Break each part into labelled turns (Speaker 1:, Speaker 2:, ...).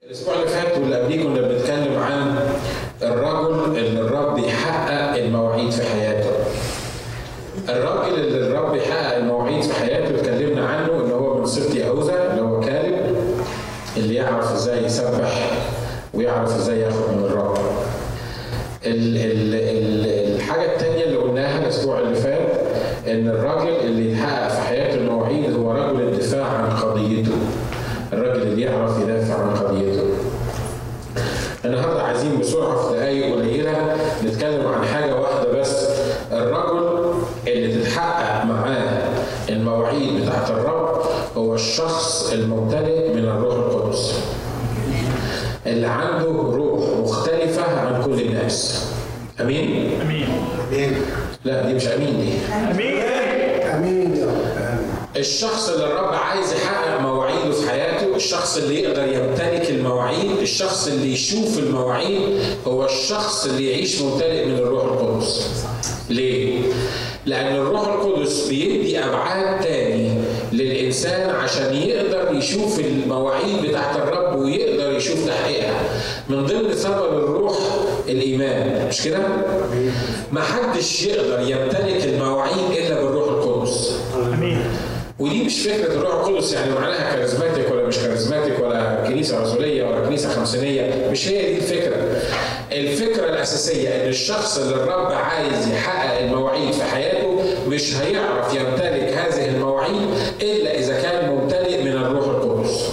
Speaker 1: الاسبوع اللي فات واللي قبليه كنا بنتكلم عن الرجل اللي الرب يحقق المواعيد في حياته. الراجل اللي الرب يحقق المواعيد في حياته اتكلمنا عنه ان هو من سبط يهوذا اللي هو كالب، اللي يعرف ازاي يسبح ويعرف ازاي ياخد من الرب. الحاجه الثانيه اللي قلناها الاسبوع اللي فات ان الراجل اللي يحقق في حياته المواعيد هو رجل الدفاع عن قضيته، الراجل اللي يعرف يدافع عن قضيته. النهارده عايزين بسرعه في دقايق قليله نتكلم عن حاجه واحده بس، الرجل اللي تتحقق معاه المواعيد بتاعت الرب هو الشخص الممتلئ من الروح القدس، اللي عنده روح مختلفه عن كل الناس. امين؟
Speaker 2: امين.
Speaker 1: لا دي مش امين، دي
Speaker 2: امين.
Speaker 3: امين يا رب.
Speaker 1: الشخص اللي الرب عايز يحقق مواعيده في حياته، الشخص اللي يقدر يمتلك المواعيد، الشخص اللي يشوف المواعيد، هو الشخص اللي يعيش ممتلئ من الروح القدس. ليه؟ لأن الروح القدس بيدي أبعاد تاني للإنسان عشان يقدر يشوف المواعيد بتاعت الرب ويقدر يشوف تحقيقها. من ضمن ثمر الروح الإيمان، مش كده؟ ما حدش يقدر يمتلك المواعيد إلا بالروح القدس.
Speaker 2: امين.
Speaker 1: ودي مش فكرة الروح القدس يعني معناها كاريزماتيك ولا مش كاريزماتيك ولا كنيسة رسولية ولا كنيسة خمسينية، مش هي دي الفكرة. الفكرة الأساسية إن الشخص اللي الرب عايز يحقق المواعيد في حياته مش هيعرف يمتلك هذه المواعيد إلا إذا كان ممتلئ من الروح القدس.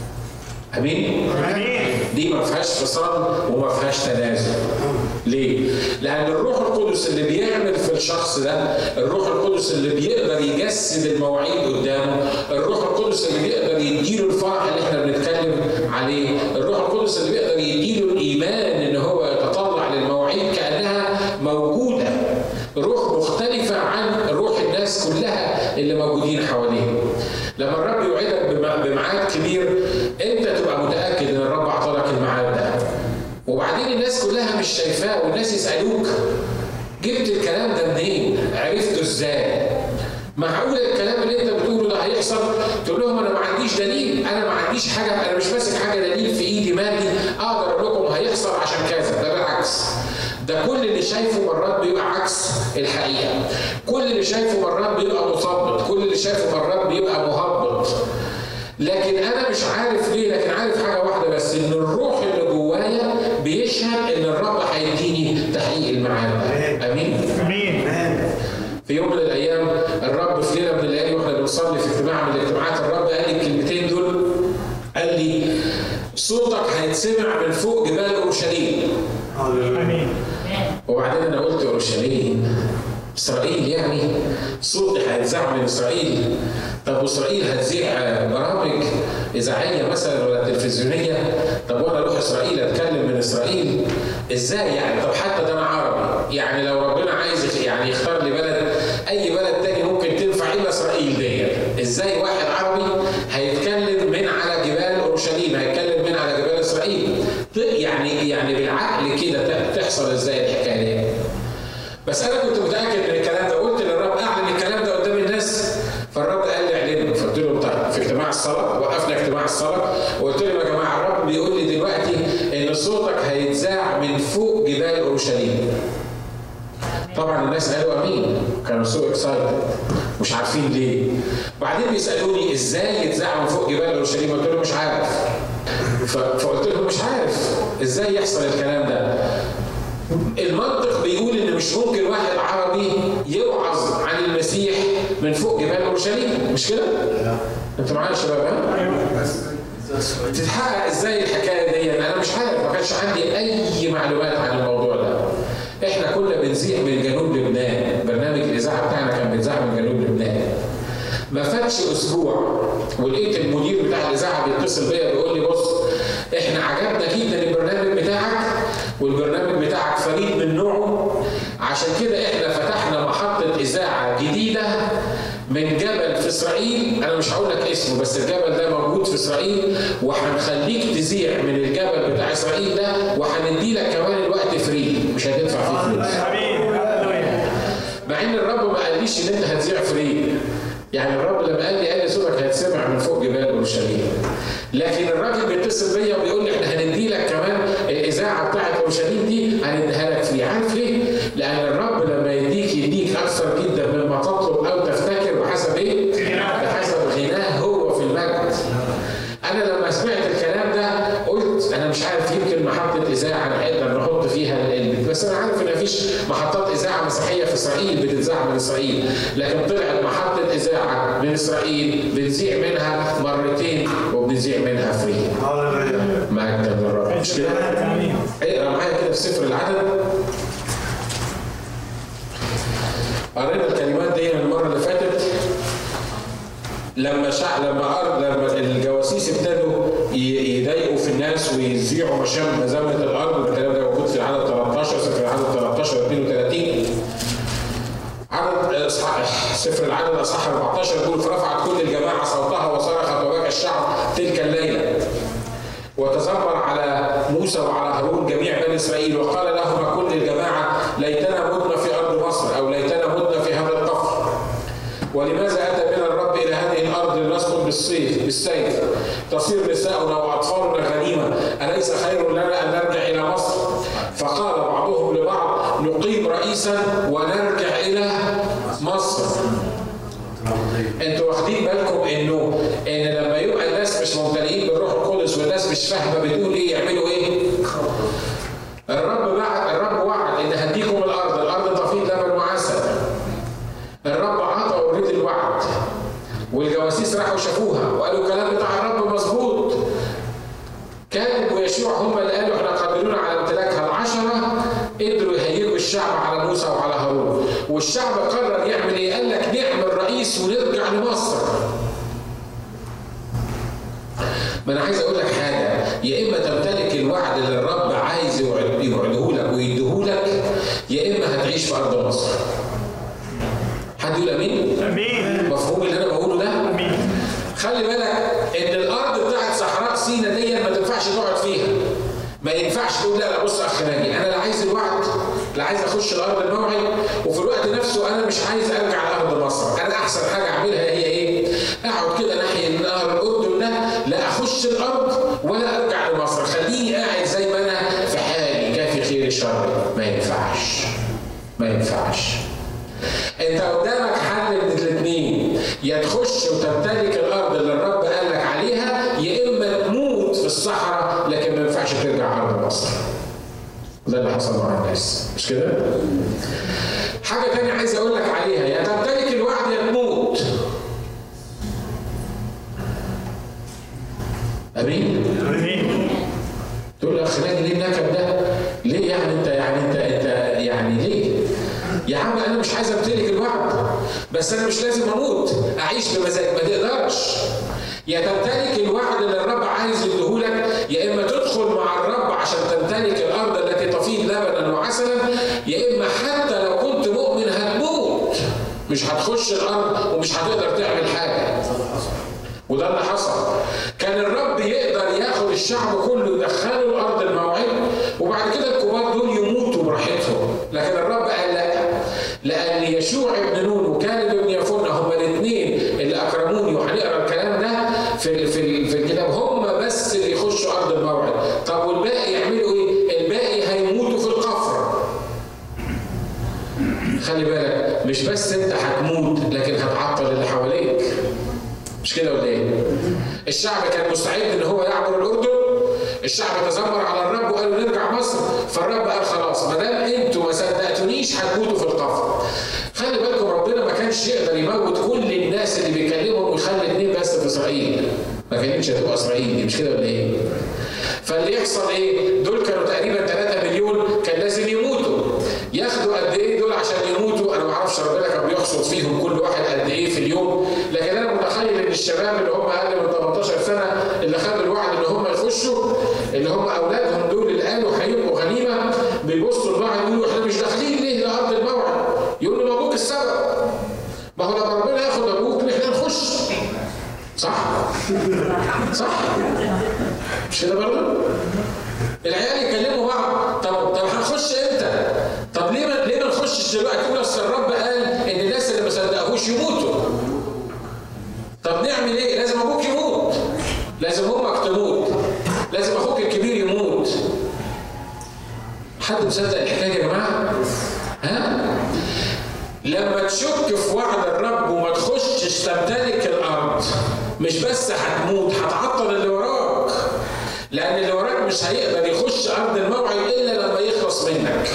Speaker 1: أمين؟
Speaker 2: امين.
Speaker 1: دي ما فيهاش فصال وما فيهاش تنازل. ليه؟ لأن الروح القدس اللي بيعمل في الشخص ده، الروح القدس اللي بيقدر يجسد المواعيد قدامه، الروح القدس اللي بيقدر يديله الفرح اللي احنا بنتكلم عليه، الروح القدس اللي بيقدر يديله الإيمان إن هو يتطلع للمواعيد كأنها موجودة، روح مختلفة عن روح الناس كلها اللي موجودين حواليه. لما الرب يوعدك بميعاد كبير، انت تبقى متأكد ان الرب اعطاك الميعاد ده، وبعدين الناس كلها مش شايفاه والناس يسألوك جبت الكلام ده منين؟ عرفته ازاي؟ معقول الكلام اللي انت بتقوله ده هيحصل؟ تقول لهم انا ما عنديش دليل، انا ما عنديش حاجه، انا مش ماسك حاجه دليل في ايدي مادي اقدر اقول لكم هيحصل عشان كذا. ده بالعكس، ده كل اللي شايفه مرات بيبقى عكس الحقيقه، كل اللي شايفه مرات بيبقى مثبط، كل اللي شايفه مرات بيبقى مهبط. لكن انا مش عارف ليه، لكن عارف حاجه واحده بس، ان الروح اللي جوايا بيشهد ان الرب هيديني تحقيق الميعاد ده. امين؟
Speaker 2: امين.
Speaker 1: في يوم من الايام الرب في ليله من الليالي واحنا بنصلي في اجتماع من الاجتماعات، الرب قال لي الكلمتين دول، قال لي صوتك هيتسمع من فوق جبال اورشليم.
Speaker 2: امين.
Speaker 1: وبعدين انا قلت اورشليم اسرائيل، يعني صوتي هيتذاع من اسرائيل؟ طب واسرائيل هتذيع برامج اذاعيه مثلا ولا تلفزيونيه؟ طب وانا اروح اسرائيل اتكلم من اسرائيل ازاي يعني؟ طب حتى ده انا عربي، يعني لو ربنا عايز يعني يختار لي بلد، اي بلد تاني ممكن تنفع الا اسرائيل دي. ازاي واحد عربي هيتكلم من على جبال اورشليم، هيتكلم من على جبال اسرائيل؟ يعني بالعقل كده تحصل ازاي الحكايه دي؟ بس انا كنت متاكد من الكلام ده، قلت للرب اعلن الكلام ده قدام الناس، فالرب قال لي اعلنه. فقلت له طيب في اجتماع الصلاه، وقفنا اجتماع الصلاه وقلت لهم يا جماعه الرب بيقول لي دلوقتي ان صوتك هيتذاع من فوق جبال اورشليم. طبعا الناس قالوا امين، كانوا سو اكسايتد مش عارفين ليه. بعدين بيسالوني ازاي يتذاع من فوق جبال اورشليم؟ قلت لهم مش عارف. فقلت لهم مش عارف ازاي يحصل الكلام ده. المنطق بيقول ان مش ممكن واحد عربي يوعظ عن المسيح من فوق جبال اورشليم، مش كده؟ انتوا معايا يا شباب؟ ها؟ تتحقق ازاي الحكايه دي؟ انا مش عارف، ما كانش عندي اي معلومات عن الموضوع ده. احنا كنا بنذيع من جنوب لبنان، برنامج الاذاعه بتاعنا كان بيتذاع من جنوب لبنان. ما فاتش اسبوع ولقيت المدير بتاع الاذاعه بيتصل بيا بيقول لي بص احنا عجبنا جدا البرنامج بتاعك، والبرنامج بتاعك فريد من نوعه، عشان كده احنا فتحنا محطه اذاعه جديده من جبل في اسرائيل، انا مش هقول لك اسمه بس الجبل ده موجود في اسرائيل، وهنخليك تذيع من الجبل بتاع اسرائيل ده، وهندي لك كمان الوقت فري، مش هتدفع فيه فلوس. مع ان الرب ما قاليش ان انت هتذيع فري، يعني الرب لما قال لي صوتك هيتسمع من فوق جبال اورشليم. لكن الراجل بيتصل بيا وبيقول لي احنا هندي لك كمان الاذاعه بتاعت اورشليم دي هنديها لك فيه. عارف ليه؟ لان الرب لما يديك اكثر جدا مما تطلب او تفتكر بحسب ايه؟ بحسب غناه هو في المجد. انا لما سمعت الكلام ده قلت انا مش عارف، يمكن محطه اذاعه نقدر نحط فيها بس انا عارف ان مفيش محطات اذاعه مسيحيه في اسرائيل بتتذاع من اسرائيل، لكن طلعت محطه اذاعه من اسرائيل بنذيع منها مرتين وبنذيع منها فري. مجدا للرب. مش كده؟ اقرا معايا كده في سفر العدد. قرينا الكلمات دي المره اللي فاتت لما الجواسيس ابتدوا يضايقوا في الناس ويذيعوا مذمه الارض. الكلام ده موجود في العدد 13، سفر العدد 13 32. عدد سفر العدد اصحاح 14 يقول: فرفعت كل الجماعه صوتها وصرخت وبكى الشعب تلك الليله وتذمر على موسى وعلى هارون جميع بني اسرائيل، وقال لهما كل الجماعه: ليتنا متنا في ارض مصر، او ليتنا متنا في هذا القفر. ولماذا اتى بنا الرب الى هذه الارض لنسقط بالسيف؟ تصير نساؤنا واطفالنا غنيمه، اليس خير لنا ان نرجع الى مصر؟ فقال بعضهم لبعض: نقيم رئيسا ونرجع الى مصر. انتوا واخدين بالكم ان لما يبقى الناس مش ممتلئين بالروح القدس والناس مش فاهمه بتقول ايه يعملوا ايه؟ الرب وعد ان هديكم الارض تفيض لبن وعسل. الرب عطى اوريدي الوعد، والجواسيس راحوا شافوها وقالوا الكلام بتاع الرب مظبوط. كالب ويشوع هم اللي قالوا احنا قادرون على امتلاكها. ال10 قدروا يهيجوا الشعب على موسى وعلى هارون، والشعب قرر يعمل ايه؟ قال لك نعمل رئيس ونرجع لمصر. ما انا عايز اقول لك حاجه، يا اما تمتلك الوعد اللي الرب عايز يوعده لك ويديه لك، يا اما هتعيش في ارض مصر. حد يقول امين؟ امين. مفهوم اللي انا بقوله ده؟ امين. خلي بالك ان الارض بتاعت صحراء سيناء دي ما تنفعش تقعد فيها. ما ينفعش تقول لا بص اخ ناجي، انا لا عايز الوعد، لا عايز اخش الارض الموعد، وفي الوقت نفسه انا مش عايز ارجع لارض مصر. انا احسن حاجه اعملها هي ايه؟ اقعد كده ناحيه نهر الاردن ده، لا اخش الارض ولا ارجع لمصر، خليني قاعد زي ما انا في حالي كافي خير شر. ما ينفعش. ما ينفعش. انت قدامك حل من الاثنين، يا تخش وتمتلك الارض اللي الرب قال لك عليها، يا اما تموت في الصحراء، لكن ما ينفعش ترجع ارض مصر. ده اللي حصل مع الناس، مش كده؟ حاجه ثانيه عايز اقول لك عليها، يا تمتلك الوعد يا تموت. امين؟ امين. تقول لي اخ ناجي ليه النكد ده؟ ليه يعني انت يعني ليه؟ يا عم انا مش عايز امتلك الوعد، بس انا مش لازم اموت اعيش بمزاج. ما تقدرش. يا تمتلك الوعد اللي الرب عايز يديهولك، يا اما تدخل مع الرب عشان تمتلك الارض التي تفيض لبنا وعسلا، يا اما حتى لو كنت مؤمن هتموت، مش هتخش الارض ومش هتقدر تعمل حاجه. وده اللي حصل. كان الرب يقدر ياخد الشعب كله يدخله الارض الموعد، وبعد كده الكبار دول يموتوا براحتهم، لكن الرب قال لا، لان يشوع ابن نون وكالب ابن يفنة هما الاثنين اللي اكرموني، وهنقرا الكلام ده في الكتاب، هما بس اللي يخشوا ارض الموعد. طب والباقي يعملوا ايه؟ الباقي هيموتوا في القفر. خلي بالك، مش بس انت هتموت، لكن هتعطل اللي حواليك. مش كده ولا ايه؟ الشعب كان مستعد ان هو يعبر الاردن، الشعب تذمر على الرب وقالوا نرجع مصر، فالرب قال خلاص ما دام انتوا ما صدقتونيش هتموتوا في القفر. خلي بالكم ربنا ما كانش يقدر يموت كل الناس اللي بيكلمهم ويخلي 2 بس في اسرائيل. ما كانتش هتبقى اسرائيل دي، مش كده ولا ايه؟ فاللي يحصل ايه؟ دول كانوا تقريبا 3 مليون، كان لازم يموتوا. ياخدوا قد ايه دول عشان يموتوا؟ انا ما اعرفش ربنا كان بيحصد فيهم كل واحد قد ايه في اليوم، لكن انا متخيل ان الشباب اللي هم اقل من 18 سنه اللي خدوا الوعد ان هم يخشوا، اللي هم اولادهم دول اللي قالوا هيبقوا غنيمه، بيبصوا لبعض يقولوا احنا مش داخلين ليه لارض الموعد؟ يقولوا ما ابوك السبب. ما هو لما ربنا ياخد ابوك احنا نخش. صح؟ صح؟ مش كده برضه؟ العيال يكلموا بعض، طب هنخش امتى؟ طب ليه ما نخشش دلوقتي؟ يقول اصل الرب قال ان الناس اللي ما صدقوش يموتوا. طب نعمل ايه؟ لازم ابوك يموت. لازم امك حد مصدق الحكايه يا جماعه؟ ها؟ لما تشك في وعد الرب وما تخشش تمتلك الارض، مش بس هتموت، هتعطل اللي وراك. لان اللي وراك مش هيقدر يخش ارض الموعد الا لما يخلص منك.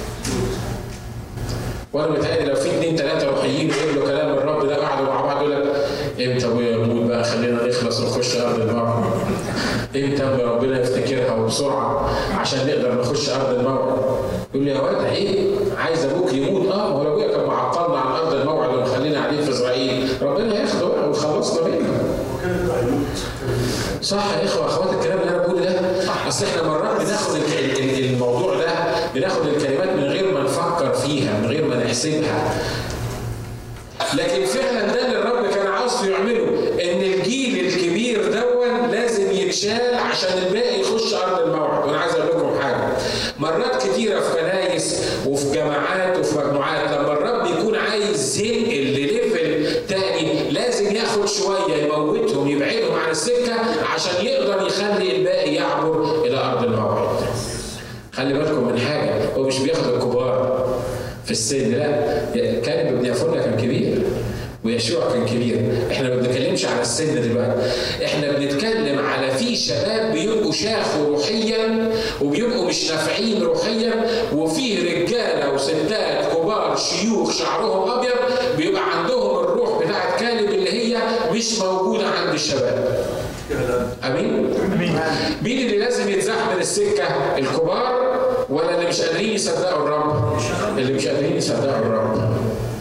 Speaker 1: وانا متهيألي لو في 2 3 روحيين يقولوا كلام الرب ده قعدوا مع بعض يقول لك امتى ابويا يموت بقى، خلينا نخلص ونخش ارض الموعد. امتى ربنا يفتكرها وبسرعه عشان نقدر نخش ارض الموعد. يقول لي يا واد ايه؟ عايز ابوك يموت؟ ما هو ابويا كان معطلنا عن ارض الموعد ومخلينا قاعدين في اسرائيل، ربنا ياخده بقى وخلصنا منه. صح يا اخوه اخوات الكلام اللي انا بقوله ده؟ اصل احنا مرات بناخد الموضوع ده، بناخد الكلمات من غير ما نفكر فيها، من غير ما نحسبها. لكن فعلا ده اللي الرب كان عاوز يعمله، ان الجيل الكبير دون لازم يتشال عشان الباقي يخش ارض الموعد. وانا عايز اقول لكم حاجه، مرات كتيره في كنايس وفي جماعات وفي مجموعات لما الرب يكون عايز ينقل لليفل تاني لازم ياخد شويه يموتهم يبعدهم عن السكه عشان يقدر يخلي الباقي يعبر الى ارض الموعد. خلي بالكم من حاجه، هو مش بياخد الكبار في السن، لا، كالب بن يفنة كان كبير ويشوع كان كبير. احنا ما بنتكلمش على السن دلوقتي، احنا بنتكلم على في شباب بيبقوا شاخوا روحيا وبيبقوا مش نافعين روحيا، وفي رجاله وستات كبار شيوخ شعرهم ابيض بيبقى عندهم الروح بتاعت كالب اللي هي مش موجوده عند الشباب. امين؟ مين اللي لازم يتزاح من السكه؟ الكبار ولا اللي مش قادرين يصدقوا الرب؟ اللي مش قادرين يصدقوا الرب.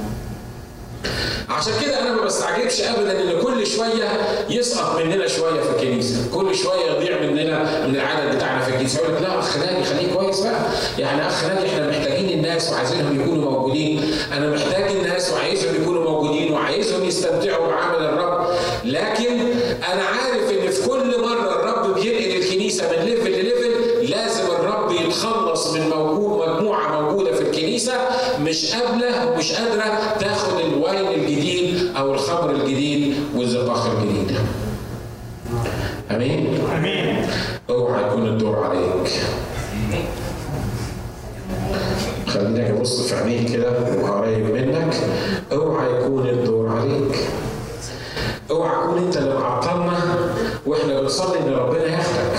Speaker 1: عشان كده انا ما بستعجبش ابدا ان كل شويه يسقط مننا شويه في الكنيسه، كل شويه يضيع مننا من العدد بتاعنا في الكنيسه. يقول لك لا اخ نادي خليك كويس بقى، يعني اخ نادي احنا محتاجين الناس وعايزينهم يكونوا موجودين، انا محتاج الناس وعايزهم يكونوا موجودين وعايزهم يستمتعوا بعمل الرب. لكن انا عارف ان في كل مره الرب بينقل الكنيسه من ليفل لليفل لازم الرب يتخلص من مجموعه موجوده في الكنيسه مش قابله ومش قادره تاخد الواين الجديد او الخمر الجديد والزقاق الجديد. امين؟ امين. اوعى يكون الدور عليك. خليني ابص في عينيك كده وقريب منك، اوعى يكون الدور عليك. اوعى تكون انت اللي معطلنا واحنا بنصلي ان ربنا ياخدك.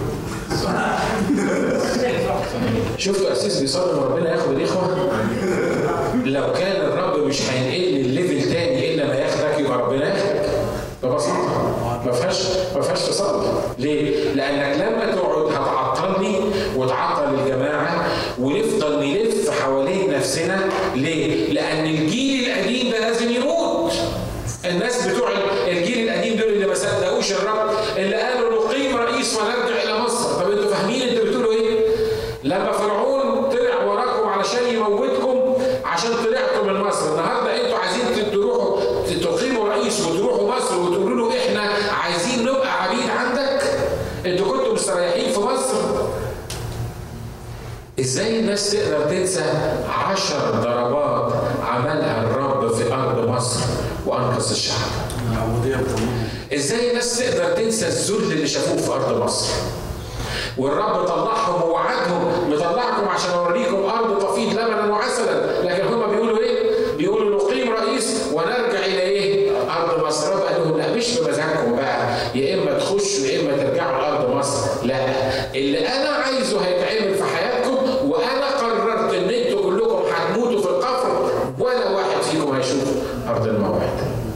Speaker 1: شفتوا أسيس بيصلي ان ربنا ياخد الاخوه؟ لو كان الرب مش هينقل الليفل تاني الا ما ياخدك يبقى ربنا ياخدك. ببساطه ما فيهاش تصرف. ليه؟ لانك لما تقعد هتعطلني وتعطل الجماعه ونفضل نلف حوالين نفسنا. ليه؟ لان الجيل القديم ده لازم يموت. الناس بتوع الجيل القديم دول اللي ما صدقوش الرب، اللي قالوا نقيم رئيس ونرجع الى مصر. طب انتوا فاهمين انتوا بتقولوا ايه؟ لما فرعون طلع وراكم علشان يموتكم عشان طلعتوا من مصر، النهارده انتوا عايزين تروحوا تقيموا رئيس وتروحوا مصر وتقولوا له احنا عايزين نبقى عبيد عندك؟ انتوا كنتوا مستريحين في مصر. ازاي الناس تقدر تنسى 10 ضربات عملها الرب في ارض مصر وانقذ الشعب؟ ازاي الناس تقدر تنسى الذل اللي شافوه في ارض مصر؟ والرب طلعهم ووعدهم مطلعكم عشان اوريكم ارض تفيض لبنا وعسلا، لكن هم بيقولوا ايه؟ بيقولوا نقيم رئيس ونرجع الى ايه؟ ارض مصر. الرب قال لهم لا مش بمزاجكم بقى، يا اما تخشوا يا اما ترجعوا لارض مصر. لا، اللي انا عايزه هيتعمل في حياتكم، وانا قررت ان انتوا كلكم هتموتوا في القفر ولا واحد فيكم هيشوف ارض الموعد.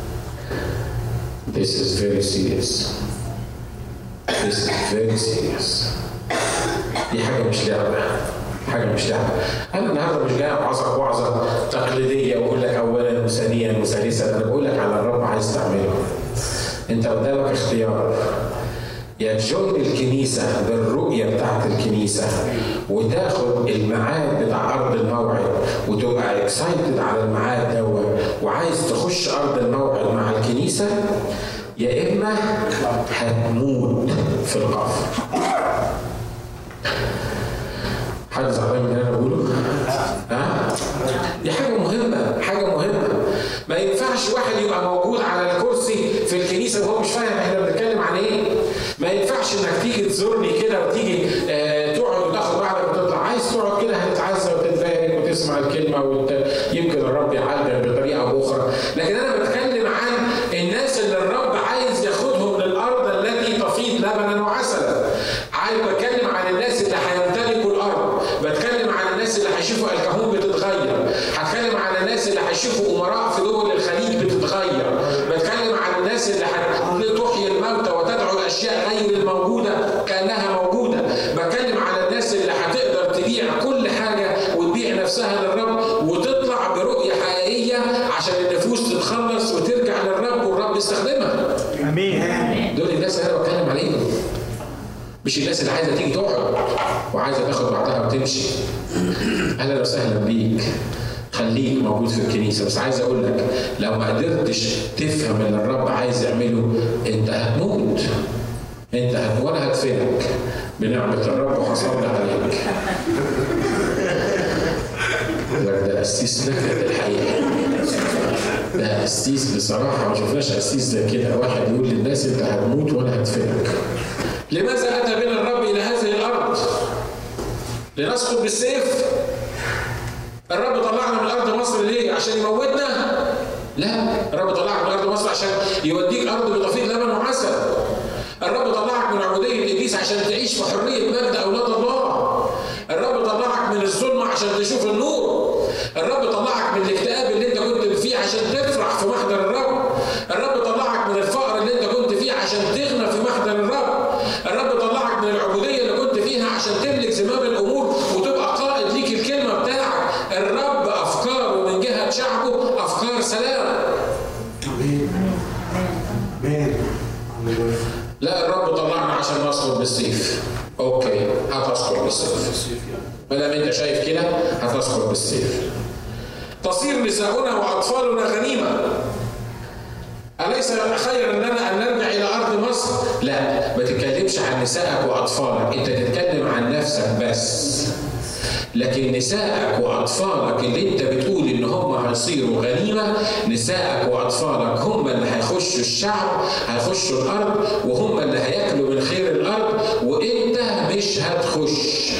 Speaker 1: This is very serious. This is very serious. دي حاجة مش لعبة، حاجة مش لعبة. أنا النهارده مش جاي أوعظك وعظة تقليدية وأقول لك أولاً وثانياً وثالثاً، أنا بقول لك على الرب عايز تعمله. أنت قدامك اختيار، يا تجوين الكنيسة بالرؤية بتاعت الكنيسة وتاخد الميعاد بتاع أرض الموعد وتبقى اكسايتد على الميعاد دوت وعايز تخش أرض الموعد مع الكنيسة، يا إما هتموت في القفر. حد زعلان من اللي أنا بقوله؟ دي حاجة مهمة، حاجة مهمة. ما ينفعش واحد يبقى موجود على الكرسي في الكنيسة وهو مش فاهم احنا بنتكلم عن ايه. ما ينفعش انك تيجي تزورني كده وتيجي تقعد وتاخد بعضك وتطلع. عايز تقعد كده بتكلم عن الناس اللي هيمتلكوا الارض، بتكلم عن الناس اللي هيشوفوا الكهون بتتغير، هتكلم عن الناس اللي هيشوفوا امراء في دول الخليج بتتغير، بتكلم عن الناس اللي هتحيي الموتى وتدعو الاشياء غير الموجوده كانها موجوده، بتكلم عن الناس اللي هتقدر تبيع كل حاجه وتبيع نفسها للرب وتطلع برؤيه حقيقيه عشان النفوس تتخلص وترجع للرب والرب يستخدمها.
Speaker 2: امين.
Speaker 1: دول الناس اللي انا بتكلم عليهم، مش الناس اللي عايزه تيجي تقعد وعايزه تاخد بعضها وتمشي. اهلا وسهلا بيك، خليك موجود في الكنيسه، بس عايز اقول لك لو ما قدرتش تفهم اللي الرب عايز يعمله انت هتموت، ولا هتفيدك بنعمه الرب وحصلنا عليك. ده قسيس نكد الحقيقه، ده قسيس بصراحه ما شفناش قسيس زي كده، واحد يقول للناس انت هتموت ولا هتفيدك. لماذا اتى بنا الرب الى هذه الارض؟ لنسقط بالسيف؟ الرب طلعنا من ارض مصر ليه؟ عشان يموتنا؟ لا، الرب طلعك من ارض مصر عشان يوديك ارض بتفيض لبن وعسل. الرب طلعك من عبوديه ابليس عشان تعيش في حريه مجد اولاد الله. الرب طلعك من الظلمه عشان تشوف النور. الرب طلعك من الاكتئاب اللي انت كنت فيه عشان تفرح في محضر الرب. الرب طلعك من الفقر اللي انت كنت فيه عشان تغنى في محضر الرب. الرب طلعك من العبوديه اللي كنت فيها عشان تملك زمام الامور وتبقى قائد ليك الكلمه بتاعك. الرب افكاره من جهه شعبه افكار سلام. لا، الرب طلعنا عشان نسقط بالسيف. اوكي، هتسقط بالسيف. ما دام انت شايف كده هتسقط بالسيف. تصير نساؤنا واطفالنا غنيمه. أليس خير لنا أن نرجع إلى أرض مصر؟ لا، ما تتكلمش عن نسائك وأطفالك، أنت تتكلم عن نفسك بس. لكن نسائك وأطفالك اللي أنت بتقول إن هم هيصيروا غنيمة، نسائك وأطفالك هم اللي هيخشوا الشعب، هيخشوا الأرض، وهم اللي هياكلوا من خير الأرض، وأنت مش هتخش.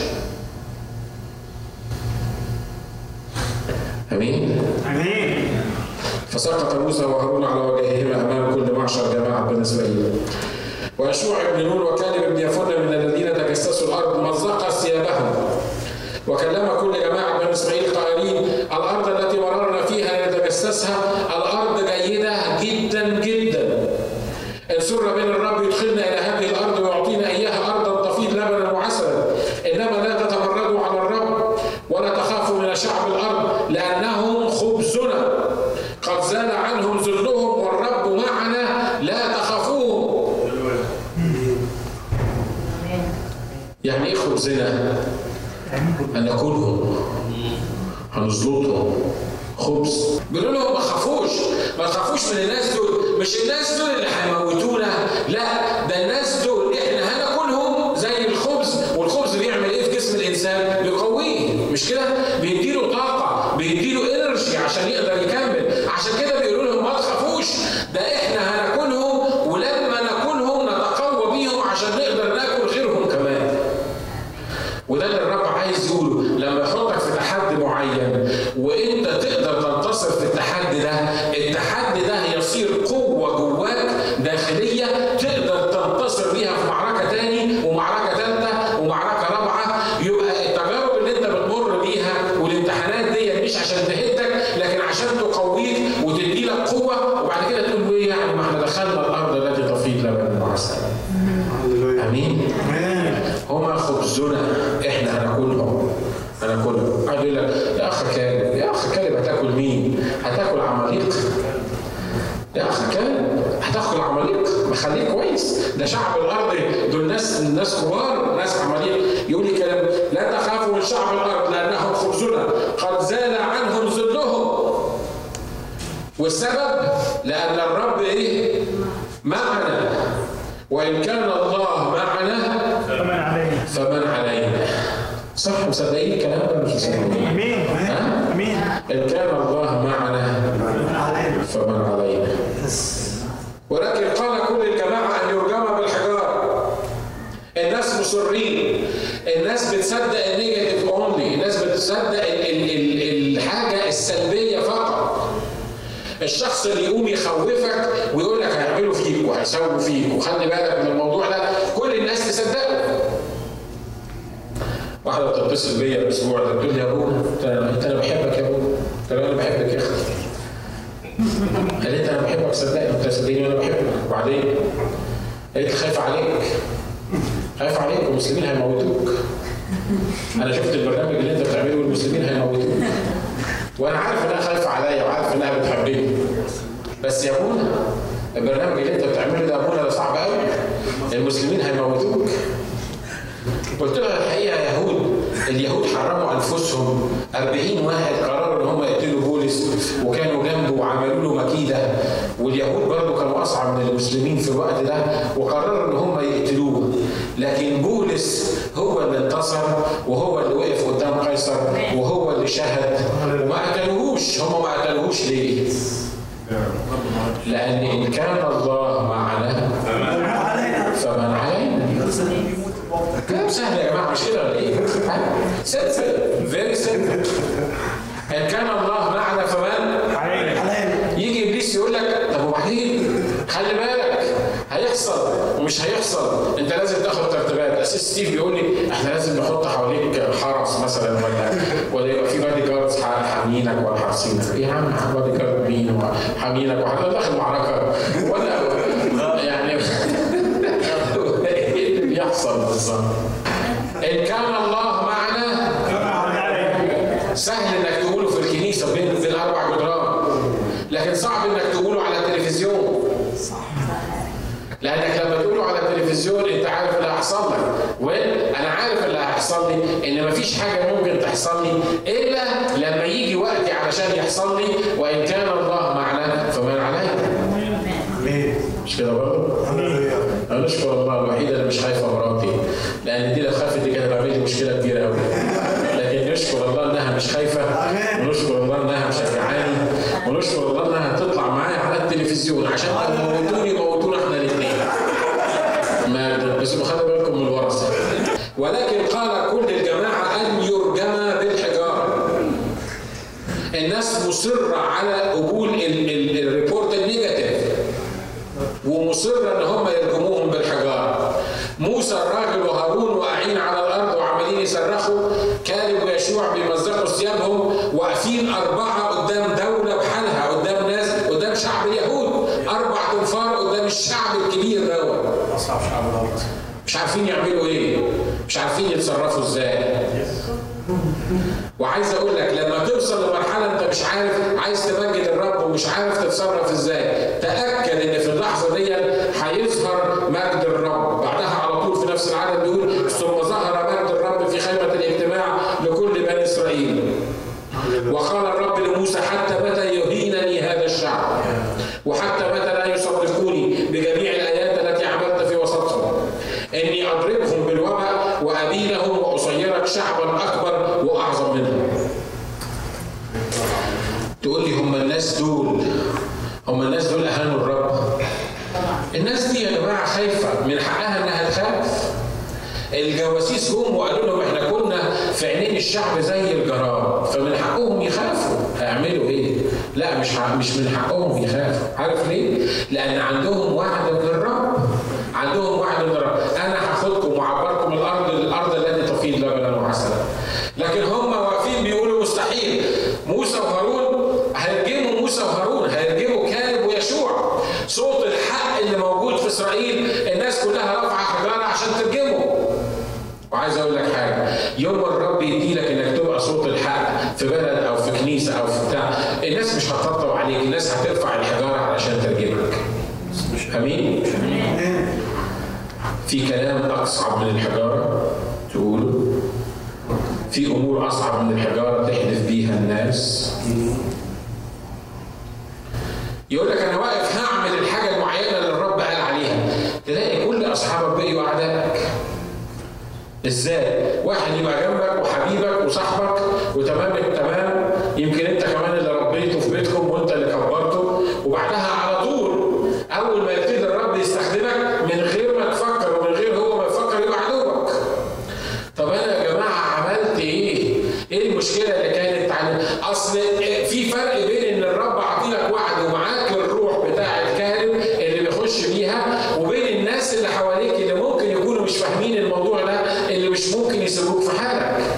Speaker 1: أمين؟
Speaker 2: امين.
Speaker 1: فسقط موسى وهارون على وجههما امام كل معشر جماعه بني اسرائيل. ويشوع بن نون وكالب بن يفنة من الذين تجسسوا الارض مزق ثيابهم، وكلم كل جماعه بني اسرائيل قائلين: الارض التي مررنا فيها لنتجسسها الارض جيده جدا جدا. ان سر بنا الرب يدخلنا الى هذه الارض ويعطينا اياها ارضا تفيض لبنا وعسلا، انما لا تتمردوا على الرب ولا تخافوا من شعب الارض لانهم خبزنا، قد زال عنهم ذلهم والرب معنا لا تخافوهم. يعني ايه خبزنا؟ هناكلهم، هنزلطهم خبز. بيقولوا لهم ما تخافوش من الناس دول، مش الناس دول اللي هيموتونا، لا، ده الناس دول احنا هناكلهم زي الخبز. والخبز بيعمل ايه في جسم الانسان؟ بيقويه، مش كده؟ بيديله طاقه، بيديله انرجي عشان يقدر يكمل. عشان كده بيقولوا لهم ما تخافوش، ده احنا هناكلهم، ولما ناكلهم نتقوى بيهم عشان نقدر ناكل غيرهم كمان. وده اللي الرب عايز يقوله لما يحطك في تحدي معين وانت تقدر تنتصر في التحدي ده. التحدي ده يصير قوه جواك داخليه تقدر تنتصر بيها في معركه تاني ومعركه ثالثه ومعركه رابعه. يبقى التجارب اللي انت بتمر بيها والامتحانات دي مش عشان تهدك، لكن عشان تقويك وتدي لك قوه، وبعد كده تقول ايه يعني؟ ما احنا دخلنا الارض التي تفيض لبنا وعسل. امين. هما خبزنا، احنا هناكلهم. قاعد يقول لك يا اخ كالب هتاكل مين؟ هتاكل عماليق؟ يا اخ كالب هتاكل عماليق؟ ما خليك كويس، ده شعب الارض دول ناس كبار، ناس عماليق. يقول لي كلام: لا تخافوا من شعب الارض لانهم خبزنا قد زال عنهم ذلهم. والسبب لان الرب ايه؟ معنا، وان كان الله معنا فمن علينا. صح؟ مصدقين الكلام ده ولا مش مصدقين؟
Speaker 2: امين. امين.
Speaker 1: ان كان الله معنا فمن علينا. ولكن قال كل الجماعه ان يرجم بالحجاره. الناس مصرين، الناس بتصدق النيجاتيف اونلي، الناس بتصدق الحاجه السلبيه فقط. الشخص اللي يقوم يخوفك ويقول لك هيعملوا فيك وهيسووا فيك وخلي بالك من الموضوع ده، كل الناس تصدقه. واحده بتتصل بيا الاسبوع ده بتقول لي يا ابونا انت انا بحبك يا ابونا. قلت لها انا بحبك يا اختي. قالت لي انا بحبك صدقني. قلت لها صدقني وانا بحبك. وبعدين قالت لي خايفه عليك. خايفه عليك والمسلمين هيموتوك. انا شفت البرنامج اللي انت بتعمله والمسلمين هيموتوك. وانا عارف انها خايفه عليا وعارف انها بتحبني. بس يا ابونا البرنامج اللي انت بتعمله ده يا ابونا ده صعب قوي. المسلمين هيموتوك. قلت لها الحقيقه يا اليهود حرموا انفسهم. 40 واحد قرروا ان هم يقتلوا بولس وكانوا جنبه وعملوا له مكيده. واليهود برضه كانوا اصعب من المسلمين في الوقت ده وقرروا ان هم يقتلوه. لكن بولس هو اللي انتصر وهو اللي وقف قدام قيصر وهو اللي شهد وما قتلوهوش. هم ما قتلوهوش ليه؟ لأن إن كان الله معنا فمن علينا. كلام سهل يا جماعة مش كده ولا إيه؟ سمبل فيري سمبل. إن كان الله معنا فمن علينا. يجي إبليس يقول لك طب وبعدين خلي بالك هيحصل ومش هيحصل. أنت لازم تاخد ترتيبات. أساس ستيف بيقول لي إحنا لازم نحط حواليك حرس مثلا ولا يبقى في بادي جاردز حامينك ولا حارسينك. إيه يا عم بادي جارد مين وحامينك وحضرتك داخل معركة ولا يعني إيه اللي بيحصل بالظبط؟ إن كان الله معنا سهل إنك تقوله في الكنيسة بين الأربع جدران. لكن صعب إنك تقوله على التلفزيون. لأنك لما تقوله على التلفزيون أنت عارف اللي هيحصل لك. وأنا عارف اللي هيحصل لي إن مفيش حاجة ممكن تحصل لي إلا لما يجي وقتي علشان يحصل لي. وإن كان الله معنا فمن علينا. مش كده برضه؟ أنا نشكر الله الوحيد اللي مش خايفة مراتي. لأن دي لو خافت دي كانت هتعمل لي مشكلة كبيرة أوي. لكن نشكر الله إنها مش خايفة ونشكر الله إنها مشجعاني ونشكر الله إنها تطلع معايا على التلفزيون عشان موتوني إحنا الاثنين. بس خلي بالكم من الورثة. ولكن قال كل الجماعة أن يرجم بالحجارة. الناس مصرة على قبول الريبورت النيجاتيف ومصرة ان هم يرجموهم بالحجارة. موسى الراجل وهارون واقعين على الارض وعمالين يصرخوا. كالب ويشوع بيمزقوا ثيابهم واقفين 4 قدام دولة بحالها قدام ناس قدام شعب اليهود. 4 تنفار قدام الشعب الكبير دوت. اصعب شعب الارض. مش عارفين يعملوا ايه. مش عارفين يتصرفوا ازاي. وعايز اقول لك لما توصل لمرحله انت مش عارف عايز تمجد الرب ومش عارف تتصرف ازاي، تاكد ان في اللحظه دي هيظهر مجد الرب. بعدها على طول في نفس العدد بيقول ثم ظهر مجد الرب في خيمه الاجتماع لكل بني اسرائيل. وقال الرب لموسى حتى متى يهينني هذا الشعب وحتى متى لا يصدقوني بجميع الايات التي عملت في وسطهم. اني اضربهم بالوباء وابيدهم واصيرك شعبا اكبر واعظم منهم. تقول لي هم الناس دول اهانوا الرب. الناس دي يا جماعه خايفه من حقها انها تخاف. الجواسيس جم وقالوا لهم احنا كنا في عينين الشعب زي الجراد فمن حقهم يخافوا. هيعملوا ايه؟ لا مش من حقهم يخافوا. عارف ليه؟ لان عندهم وعد من الرب. عندهم وعد من الرب. انا هاخدكم وعبركم الارض التي تفيض لبنا وعسلا. لكن هم واقفين بيقولوا مستحيل. موسى وهارون هيرجموا هيرجموا كالب ويشوع. صوت الحق اللي موجود في اسرائيل الناس كلها رافعه حجاره عشان ترجمه. وعايز اقول لك حاجه، يوم الرب يديلك انك تبقى صوت الحق في بلد او في كنيسه او في بتاع، الناس مش هتطبطب عليك، الناس هترفع الحجاره علشان ترجمك. امين؟ في كلام اصعب من الحجاره تقوله؟ في امور اصعب من الحجاره تحدث بيها الناس؟ يقول لك انا واقف هعمل الحاجه المعينه اللي الرب قال عليها، تلاقي كل اصحابك بقيوا اعدائك. ازاي؟ واحد يبقى جنبك وحبيبك وصاحبك وتمام التمام، يمكن انت كمان اللي ربيته في بيتكم وانت اللي كبرته، وبعدها على طول اول ما يبتدي الرب يستخدمك من غير ما تفكر ومن غير هو ما يفكر يبقى عدوك. طب انا يا جماعه عملت ايه؟ ايه المشكله اللي كانت اصل في فرق بين ان الرب عطيلك وعد ومعاك الروح بتاع الكاهن اللي بيخش بيها، وبين الناس اللي حواليك اللي ممكن يكونوا مش فاهمين الموضوع ده، اللي مش ممكن يسيبوك في حالك.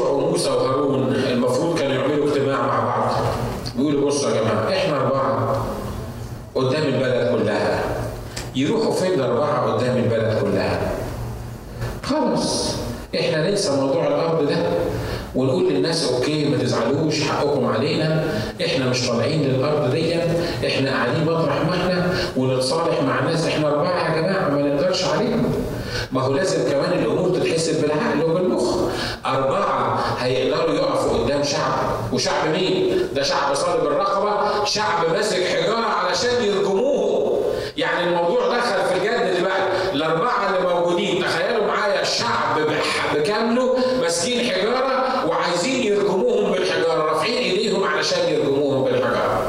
Speaker 1: يشوع وموسى وهارون المفروض كانوا يعملوا اجتماع مع بعض، بيقولوا بصوا يا جماعه احنا 4 قدام البلد كلها، يروحوا فين 4 قدام البلد كلها؟ خلاص احنا ننسى موضوع الارض ده ونقول للناس اوكي ما تزعلوش حقكم علينا، احنا مش طالعين للارض دي، احنا قاعدين مطرح ما احنا ونتصالح مع الناس، احنا 4 يا جماعه ما نقدرش عليكم. ما هو لازم كمان الامور تتحسب بالعقل وبالمخ. 4 هيقدروا يقفوا قدام شعب، وشعب مين؟ ده شعب صلب الرقبه، شعب ماسك حجاره علشان يرجموه. يعني الموضوع دخل في الجد دلوقتي. ال4 اللي موجودين تخيلوا معايا الشعب بكامله ماسكين حجاره وعايزين يرجموهم بالحجاره، رافعين ايديهم علشان يرجموهم بالحجاره.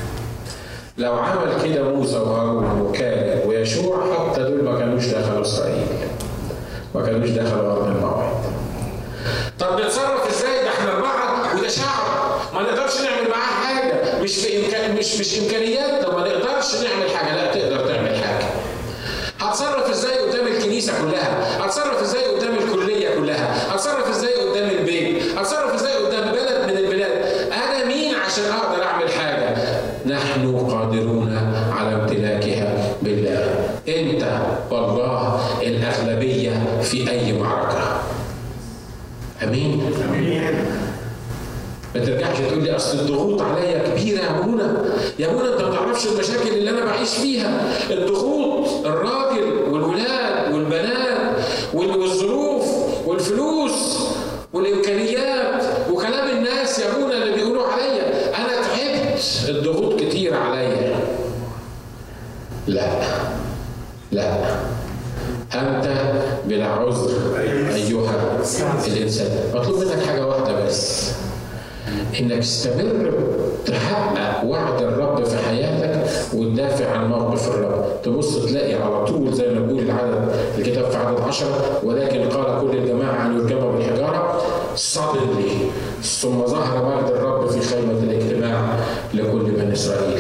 Speaker 1: لو عمل كده موسى وهارون وكالب ويشوع حتى دول ما كانوش دخلوا اسرائيل، ما كانوش دخلوا ارض الموعد. طب نتصرف ازاي؟ ده احنا 4 وده شعب ما نقدرش نعمل معاه حاجه، مش امكانياتنا، ما نقدرش نعمل حاجه. لا تقدر تعمل حاجه. هتصرف ازاي قدام الكنيسه كلها؟ هتصرف ازاي قدام الكليه كلها؟ هتصرف ازاي قدام البيت؟ هتصرف ازاي قدام بلد من البلاد؟ انا مين عشان اقدر اعمل حاجه؟ نحن قادرون على امتلاكها بالله. انت والله الاغلبيه في اي معركه. امين؟ امين. ما ترجعش تقول لي اصل الضغوط عليا كبيره يا ابونا. يا ابونا انت ما تعرفش المشاكل اللي انا بعيش فيها. الضغوط، الراجل والولاد والبنات والظروف والفلوس والامكانيات وكلام الناس يا ابونا اللي بيقولوا عليا. انا تعبت، الضغوط كتير عليا. لا لا، أنت بلا عذر أيها الإنسان. مطلوب منك حاجة واحدة بس، إنك تستمر تحقق وعد الرب في حياتك وتدافع عن موقف الرب. تبص تلاقي على طول زي ما بيقول العدد الكتاب في عدد 10 ولكن قال كل الجماعة أن يرجموا بالحجارة suddenly ثم ظهر مجد الرب في خيمة الاجتماع لكل بني إسرائيل.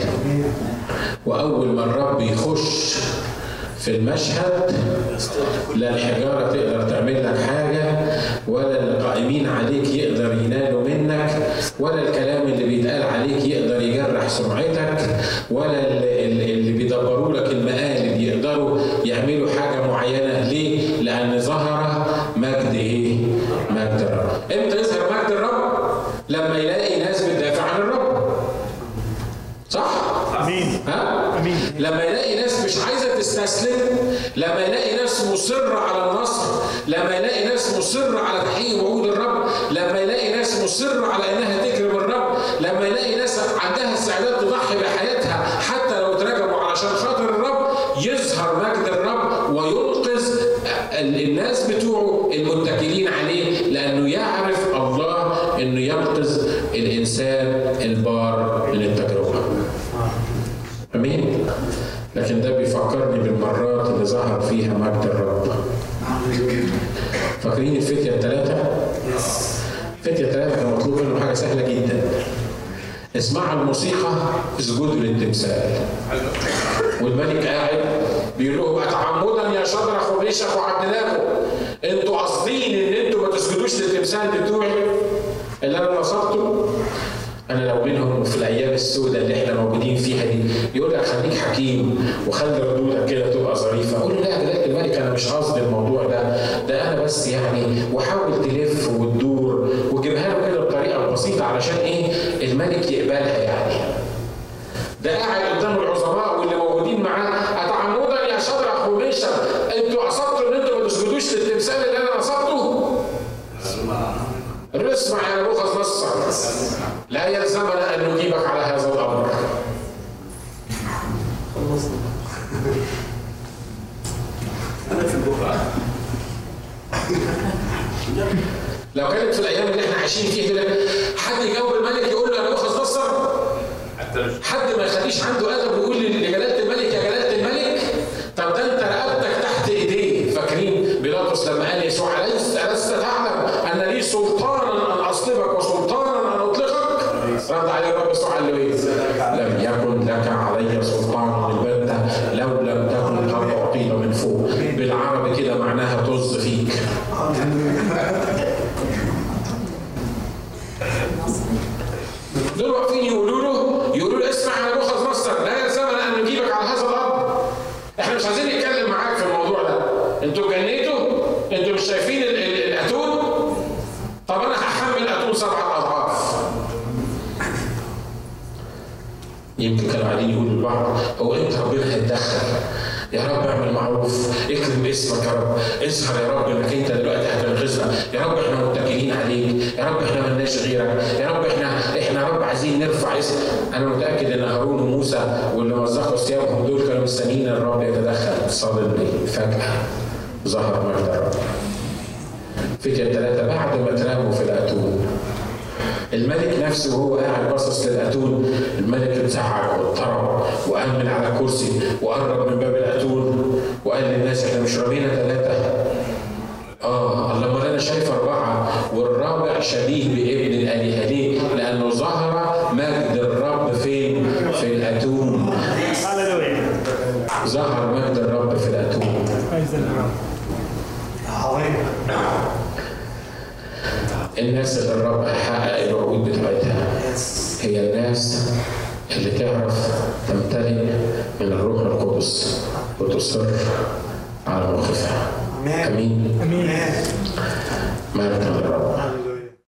Speaker 1: وأول ما الرب يخش في المشهد لا الحجارة تقدر تعمل لك حاجة، ولا القائمين عليك يقدر ينالوا منك، ولا الكلام اللي بيتقال عليك يقدر يجرح سمعتك، ولا اللي بيدبروا لك المقالب يقدروا يعملوا حاجة معينة. ليه؟ لأن ظهر مجد إيه؟ مجد الرب. إمتى يظهر مجد الرب؟ لما يلاقي ناس بتدافع عن الرب. صح؟
Speaker 2: امين.
Speaker 1: ها؟
Speaker 2: امين.
Speaker 1: لما يلاقي ناس مش عايزه تستسلم، لما يلاقي ناس مصره على النصر، لما يلاقي ناس مصره على تحقيق وعود الرب، لما يلاقي ناس مصره على انها تكرم الرب، لما يلاقي ناس عندها استعداد تضحي بحياتها حتى لو اترجموا علشان خاطر الرب، يظهر مجد الرب وينقذ الناس بتوعه المتكلين عليه، لانه يعرف الله انه ينقذ الانسان البار من التجربه. امين. لكن ده بيفكرني بالمرات اللي ظهر فيها مجد الرب. فاكرين الفتية ال3؟ الفتية ال3 كان مطلوب منهم حاجه سهله جدا. اسمعوا الموسيقى، اسجدوا للتمثال. والملك قاعد بيقول لهم اتعمدا يا شدرخ وميشخ وعبدناغو انتوا قاصدين ان انتوا ما تسجدوش للتمثال بتوعي اللي انا نصبته؟ أنا لو منهم في الأيام السوداء اللي إحنا موجودين فيها دي يقول لك خليك حكيم وخلي ردودك كده تبقى ظريفة. أقول له لا يا جلالة الملك أنا مش قصدي الموضوع ده أنا بس يعني، وحاول تلف وتدور وتجيبها له كده بطريقة بسيطة علشان إيه؟ الملك يقبلها يعني. ده قاعد قدام العظماء واللي موجودين معاه أتعمدا يا شدرخ وميشخ أنتوا قصدتوا إن أنتوا ما تسجدوش للتمثال اللي أنا نصبته؟ اسمع يا نبوخذ نصر، لا يلزمنا أن نجيبك على هذا الأمر.
Speaker 3: خلصنا. أنا في البقعة.
Speaker 1: لو كانت في الأيام اللي احنا عايشين فيها كده حد يجاوب الملك يقول له يا نبوخذ نصر، حد ما يخليش عنده أدب ويقول لجلالة الملك يا جلالة الملك. طب ده أنت رقبتك تحت إيديه. فاكرين بيلاطس لما قال يسوع ألست تعلم أن لي سلطانا أن أصلبك وسلطانا أن أطلقك؟ رد عليه الرب يسوع قال له إيه؟ لم يكن لك علي سلطان البتة لو لم تكن قد أعطيت من فوق. بالعربي كده معناها طز فيك. دول واقفين يقولوا له اسمع يا نبوخذ نصر، لا يلزمنا ان نجيبك على هذا الارض. احنا مش عايزين نتكلم معاك في الموضوع ده. انتوا جنيتوا؟ انتوا مش شايفين الاتون؟ طب انا هحمل اتون 7 اضعاف. يمكن كانوا قاعدين يقولوا لبعض هو امتى ربنا هيتدخل؟ يا رب اعمل معروف، اكرم اسمك يا رب، اظهر يا رب انك انت دلوقتي هتنقذنا، يا رب احنا متكلين عليك، يا رب احنا مالناش غيرك، يا رب احنا يا رب عايزين نرفع اسم. انا متاكد ان هارون وموسى واللي مزقوا ثيابهم دول كانوا مستنيين الرب يتدخل. صادقني فجاه ظهر مجد الرب. فتية 3 بعد ما ترموا في الاتون، الملك نفسه وهو قاعد باصص للاتون، الملك اتزعج واضطرب وقام من على كرسي وقرب من باب الاتون وقال للناس احنا مش رامينا 3؟ لما انا شايف 4 والرابع شبيه بابن الالهه. ليه؟ لانه ظهر مجد الرب فين؟ في الاتون. ظهر مجد الرب في الاتون. الناس اللي الرب هيحقق الوعود بتاعتها هي الناس اللي تعرف تمتلئ من الروح القدس وتصر على موقفها. امين.
Speaker 2: امين.
Speaker 1: مجد الرب.